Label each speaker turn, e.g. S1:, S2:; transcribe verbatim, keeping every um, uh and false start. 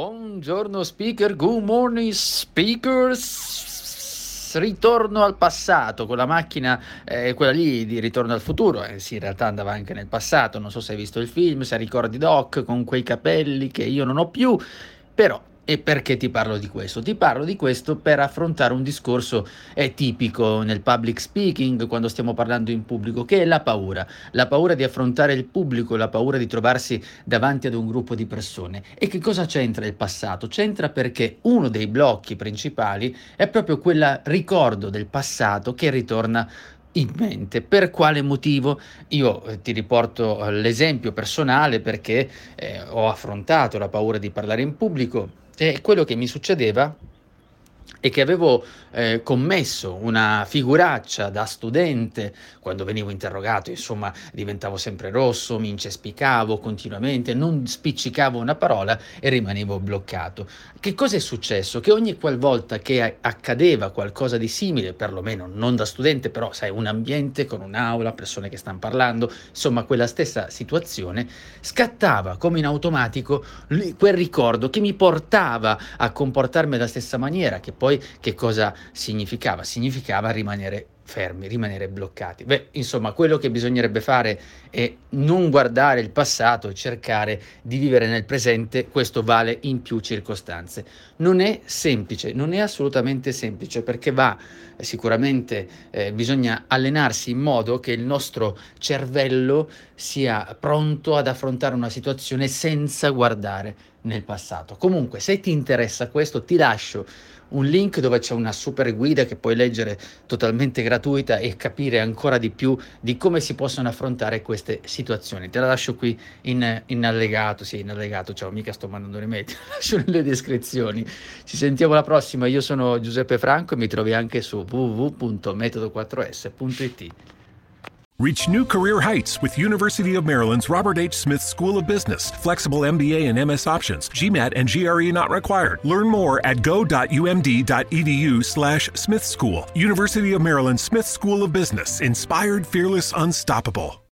S1: Buongiorno speaker, good morning speakers. Ritorno al passato con la macchina, eh, quella lì di Ritorno al futuro. Eh, sì, in realtà andava anche nel passato. Non so se hai visto il film, se ricordi Doc con quei capelli che io non ho più, però. E perché ti parlo di questo? Ti parlo di questo per affrontare un discorso è tipico nel public speaking, quando stiamo parlando in pubblico, che è la paura. La paura di affrontare il pubblico, la paura di trovarsi davanti ad un gruppo di persone. E che cosa c'entra il passato? C'entra perché uno dei blocchi principali è proprio quel ricordo del passato che ritorna in mente. Per quale motivo? Io eh, ti riporto l'esempio personale perché eh, ho affrontato la paura di parlare in pubblico. E quello che mi succedeva è che avevo eh, commesso una figuraccia da studente quando venivo interrogato, insomma, diventavo sempre rosso, mi incespicavo continuamente, non spiccicavo una parola e rimanevo bloccato. Che cosa è successo? Che ogni qualvolta che accadeva qualcosa di simile, perlomeno non da studente, però sai, un ambiente con un'aula, persone che stanno parlando, insomma, quella stessa situazione, scattava come in automatico quel ricordo che mi portava a comportarmi alla stessa maniera, che poi che cosa significava? Significava rimanere fermi, rimanere bloccati. Beh, insomma, quello che bisognerebbe fare è non guardare il passato e cercare di vivere nel presente. Questo vale in più circostanze. Non è semplice, non è assolutamente semplice, perché va eh, sicuramente eh, bisogna allenarsi in modo che il nostro cervello sia pronto ad affrontare una situazione senza guardare nel passato. Comunque, se ti interessa questo, ti lascio un link dove c'è una super guida che puoi leggere totalmente gratuita e capire ancora di più di come si possono affrontare queste situazioni. Te la lascio qui in, in allegato, sì, in allegato, ciao, mica sto mandando le mail, te la lascio nelle descrizioni. Ci sentiamo alla prossima, io sono Giuseppe Franco e mi trovi anche su w w w punto metodo quattro s punto i t.
S2: Reach new career heights with University of Maryland's Robert H. Smith School of Business. Flexible M B A and M S options. GMAT and G R E not required. Learn more at go.umd.edu slash Smith School. University of Maryland Smith School of Business. Inspired, fearless, unstoppable.